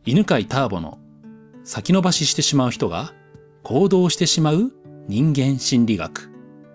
犬飼ターボの先延ばししてしまう人が行動してしまう人間心理学。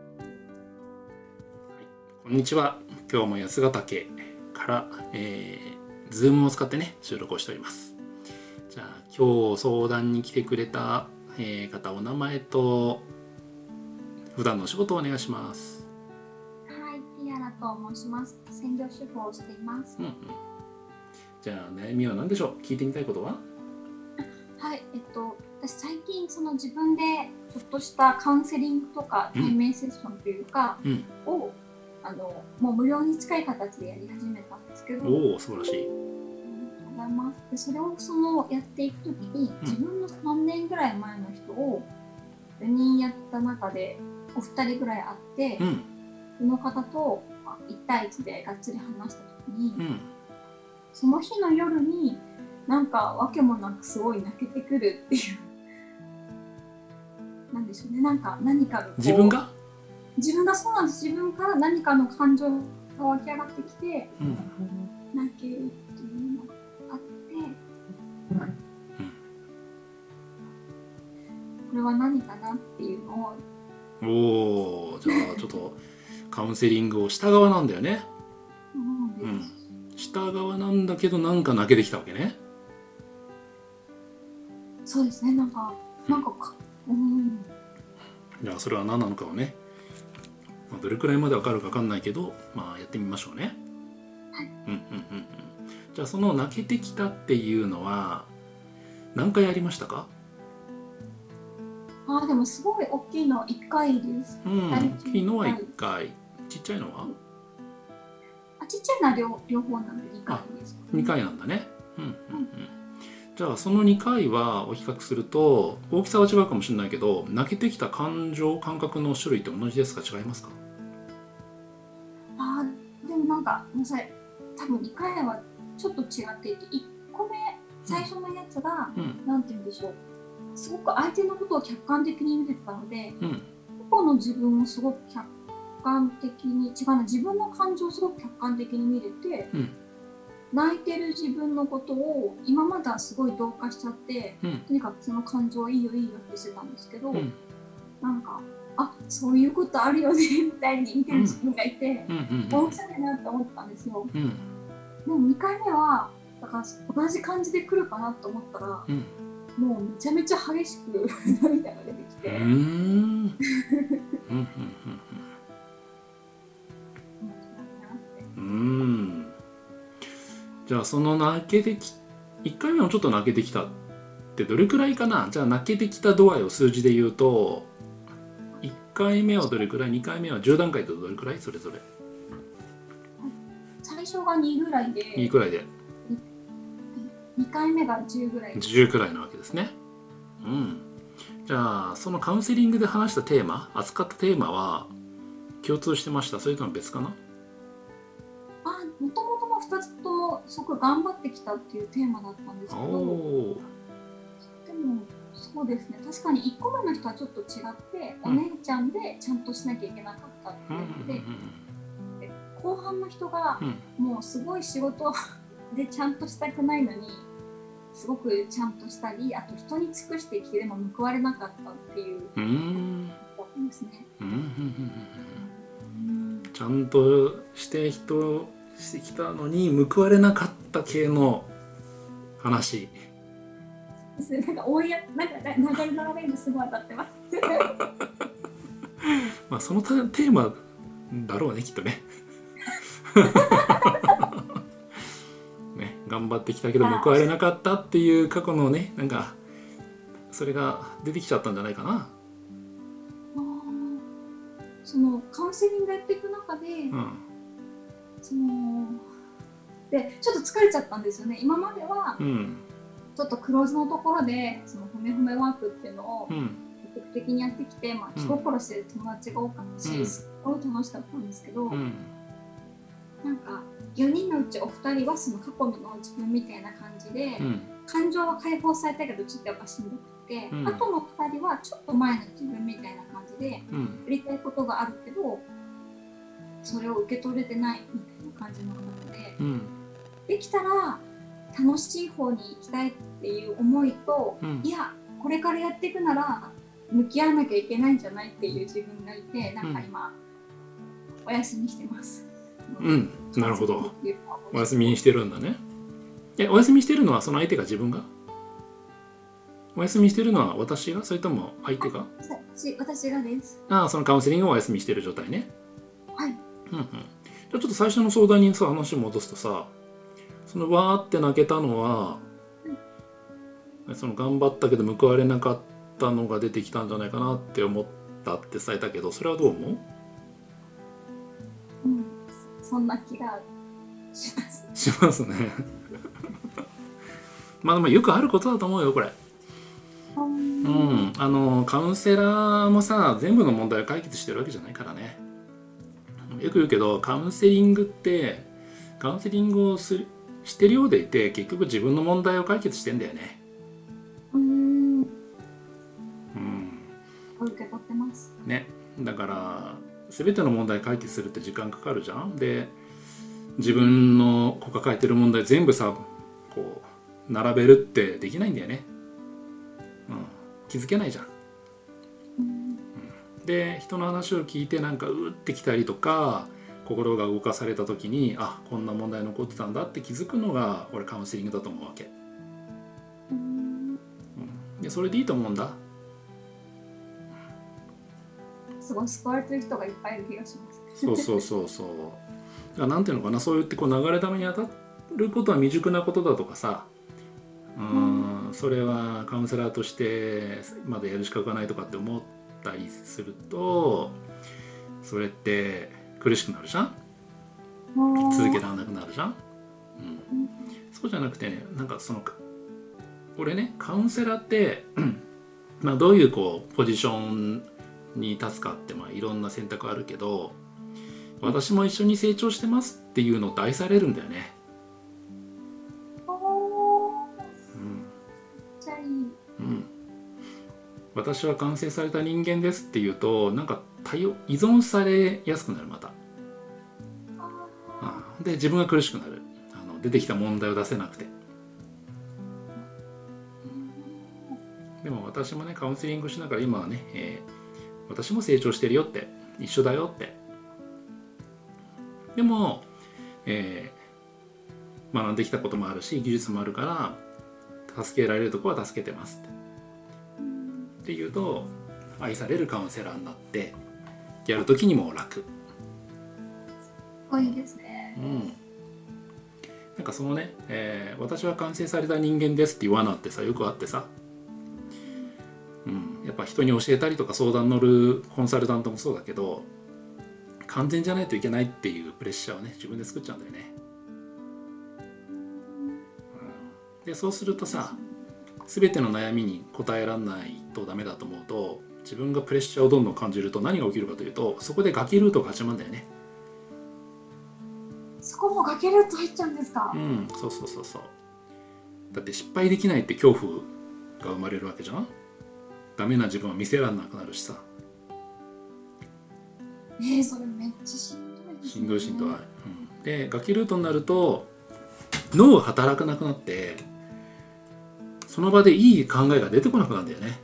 こんにちは。今日も八ヶ岳から、ズームを使ってね収録をしております。じゃあ今日相談に来てくれた、方、お名前と普段のお仕事をお願いします。 はい、ティアラと申します。専業主婦をしています。 じゃあ悩みは何でしょう。聞いてみたいことは？ はい、私最近自分でちょっとしたカウンセリングとか対面セッションというか、をもう無料に近い形でやり始めたんですけど。 おお、素晴らしい。 ありがとうございます。でそれをやっていくときに、自分の3年ぐらい前の人を4人やった中でお二人ぐらい会って、その方と1対1でがっつり話したときに、その日の夜になんかわけもなくすごい泣けてくるっていう、なんでしょうね、何かの自分がそうなんです。自分から何かの感情が湧き上がってきて、泣けるっていうのがあって、これは何かなっていうのを。 じゃあちょっとカウンセリングをした側なんだよね。した側なんだけどなんか泣けてきたわけね。 そうですね、 じゃあそれは何なのかをね、どれくらいまで分かるか分かんないけど、やってみましょうね。じゃあその泣けてきたっていうのは何回ありましたか？ でもすごい大きいのは1回です。 大きいのは1回、ちっちゃいのは？ ちっちゃいのは両方なんで2回です、 2回なんだね。じゃあその2回はお比較すると大きさは違うかもしれないけど、泣けてきた感覚の種類って同じですか、違いますか？ でもごめんなさい、多分2回はちょっと違っていて、1個目最初のやつが、なんて言うんでしょう、すごく相手のことを客観的に見てたので、個々の自分をすごく客観的に自分の感情をすごく客観的に見れて、泣いてる自分のことを今まではすごい同化しちゃって、とにかくその感情いいよいいよってしてたんですけど、そういうことあるよねみたいに見てる自分がいて、面白いなって思ったんですよ。でも2回目はだから同じ感じで来るかなと思ったら、もうめちゃめちゃ激しく涙が出てきて、 じゃあその1回目もちょっと泣けてきたってどれくらいかな。じゃあ泣けてきた度合いを数字で言うと、1回目はどれくらい、2回目は10段階とどれくらい、それぞれ？ 最初が2ぐらいで、 2くらいで、 2回目が10ぐらいで、 10くらいなわけですね。じゃあそのカウンセリングで話したテーマ、扱ったテーマは共通してました？それとも別かな？ もともとも2つともすごく頑張ってきたっていうテーマだったんですけど、でもそうですね、確かに1個目の人はちょっと違って、お姉ちゃんでちゃんとしなきゃいけなかったっていうので、後半の人がもうすごい仕事でちゃんとしたくないのにすごくちゃんとしたり、あと人に尽くしてきてでも報われなかったっていうことですね。 ちゃんとしてきたのに報われなかった系の話ですね。流れのラインすごい当たってます。 そのテーマだろうね、きっとね。頑張ってきたけど報われなかったっていう過去のね、それが出てきちゃったんじゃないかな。 そのカウンセリングやっていく中で、でちょっと疲れちゃったんですよね。今までは、ちょっとクローズのところでその褒めワークっていうのを積極的にやってきて、気心してる友達が多かったし、すごい楽しかったんですけど、4人のうちお二人はその過去の自分みたいな感じで、感情は解放されたけどちょっとやっぱしんどくて、あとの2人はちょっと前の自分みたいな感じで、やりたいことがあるけどそれを受け取れてないみたいな感じの方で、できたら楽しい方に行きたいっていう思いと、いやこれからやっていくなら向き合わなきゃいけないんじゃないっていう自分がいて、なんか今、お休みしてます。 なるほど。お休みにしてるんだね。お休みしてるのはその相手が自分が？お休みしてるのは私が？それとも相手が？ 私がです。 そのカウンセリングをお休みしてる状態ね。 はい。 じゃあちょっと最初の相談にさ、話を戻すとさ、そのわーって泣けたのは、その頑張ったけど報われなかったのが出てきたんじゃないかなって思ったって伝えたけど、それはどう思う？ そんな気がします。 しますね。まあでもよくあることだと思うよこれ。カウンセラーもさ、全部の問題を解決してるわけじゃないからね。よく言うけど、カウンセリングってカウンセリングをしてるようでいて、結局自分の問題を解決してんだよね。 受け取ってますね。だから全ての問題解決するって時間かかるじゃん。で、自分の抱えてる問題全部さ、こう並べるってできないんだよね。気づけないじゃん。で、人の話を聞いてなんかうってきたりとか、心が動かされた時に、こんな問題残ってたんだって気づくのが俺カウンセリングだと思うわけ。で、それでいいと思うんだ。 すごい救われてる人がいっぱいいる気がします。 そう。なんていうのかな、そう言ってこう流れ弾に当たることは未熟なことだとかさ、それはカウンセラーとしてまだやる資格がないとかって思ったりすると、それって苦しくなるじゃん。続けられなくなるじゃん。そうじゃなくてね、なんか俺ね、カウンセラーってどういうポジションに立つかっていろんな選択あるけど、私も一緒に成長してますっていうのって愛されるんだよね。私は完成された人間ですっていうと、なんか依存されやすくなる。またで自分が苦しくなる。出てきた問題を出せなくて。でも私もね、カウンセリングしながら今はね、私も成長してるよって、一緒だよって。でも、学んできたこともあるし技術もあるから助けられるところは助けてますっていうと、愛されるカウンセラーになってやる時にも楽。 いいですね。 なんかそのね、私は完成された人間ですっていう罠ってさ、よくあってさ、やっぱ人に教えたりとか相談乗るコンサルタントもそうだけど、完全じゃないといけないっていうプレッシャーをね、自分で作っちゃうんだよね。で、そうするとさ、全ての悩みに答えられないとダメだと思うと、自分がプレッシャーをどんどん感じると何が起きるかというと、そこで崖ルートが始まるんだよね。 そこも崖ルート入っちゃうんですか？ そう。だって失敗できないって恐怖が生まれるわけじゃん。ダメな自分は見せられなくなるしさ。 それめっちゃしんどいですね。 しんどい。で、崖ルートになると脳が働かなくなって、その場でいい考えが出てこなくなるんだよね。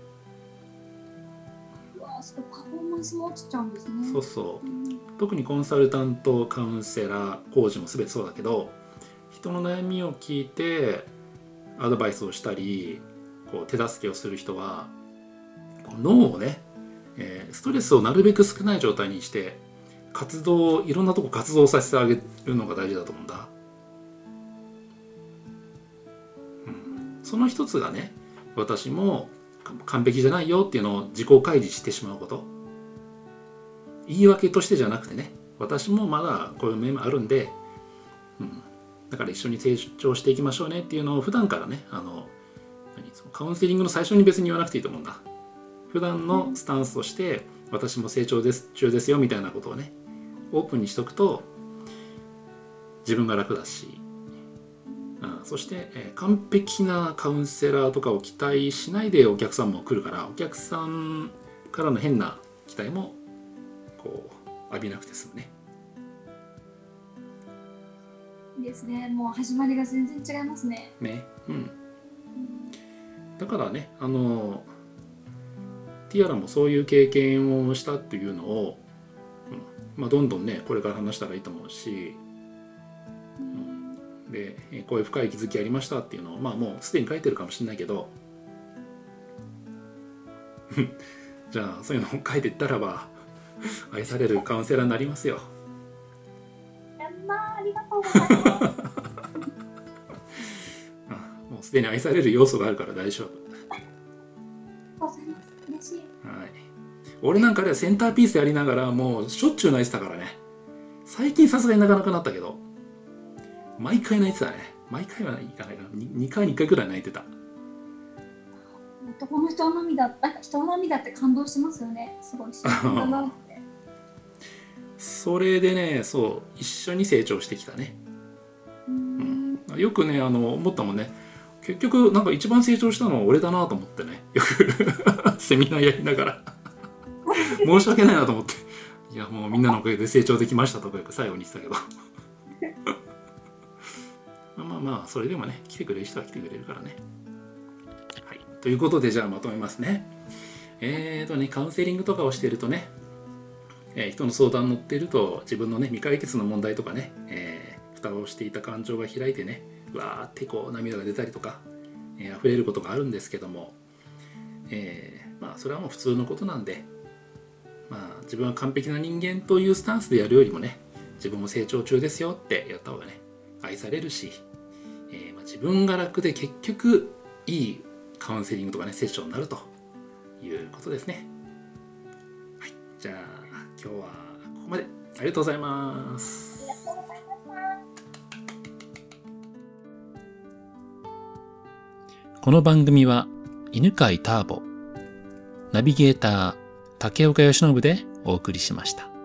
それパフォーマンスも落ちちゃうんですね。 そう。特にコンサルタント、カウンセラー、コーチも全てそうだけど、人の悩みを聞いてアドバイスをしたり、手助けをする人は脳をね、ストレスをなるべく少ない状態にしていろんなとこ活動させてあげるのが大事だと思うんだ。その一つがね、私も完璧じゃないよっていうのを自己開示してしまうこと。言い訳としてじゃなくてね、私もまだこういう面もあるんで、だから一緒に成長していきましょうねっていうのを普段からね、カウンセリングの最初に別に言わなくていいと思うんだ。普段のスタンスとして、私も成長中ですよみたいなことをね、オープンにしとくと自分が楽だし、そして、完璧なカウンセラーとかを期待しないでお客さんも来るから、お客さんからの変な期待も浴びなくて済むね。 でですね。もう始まりが全然違いますね。 ね、だからね、ティアラもそういう経験をしたっていうのを、どんどんねこれから話したらいいと思うし、でこういう深い気づきありましたっていうのをもうすでに書いてるかもしれないけどじゃあそういうのを書いていったらば愛されるカウンセラーになりますよ。 ありがとうございますもうすでに愛される要素があるから大丈夫。 ございます。嬉しい。 はい。俺なんかではセンターピースやりながらもうしょっちゅう泣いてたからね。最近さすがに泣かなくなったけど毎回泣いてたね。毎回はいかないかな。2回に1回くらい泣いてた。 男の人の涙、なんか人の涙って感動しますよね。すごい幸せだなって。 それでね、そう一緒に成長してきたね。よくね思ったもんね。結局なんか一番成長したのは俺だなと思ってね。よくセミナーやりながら申し訳ないなと思って。いやもうみんなのおかげで成長できましたとかよく最後に言ってたけどそれでもね来てくれる人は来てくれるからね。はい、ということでじゃあまとめますね。カウンセリングとかをしているとね、人の相談に乗っていると自分のね未解決の問題とかね、蓋をしていた感情が開いてねわーってこう涙が出たりとか、溢れることがあるんですけども、それはもう普通のことなんで、自分は完璧な人間というスタンスでやるよりもね自分も成長中ですよってやった方がね愛されるし、自分が楽で結局いいカウンセリングとかねセッションになるということですね。はい、じゃあ今日はここまで。ありがとうございます。 ありがとうございました。この番組は犬飼ターボ、ナビゲーター竹岡由伸でお送りしました。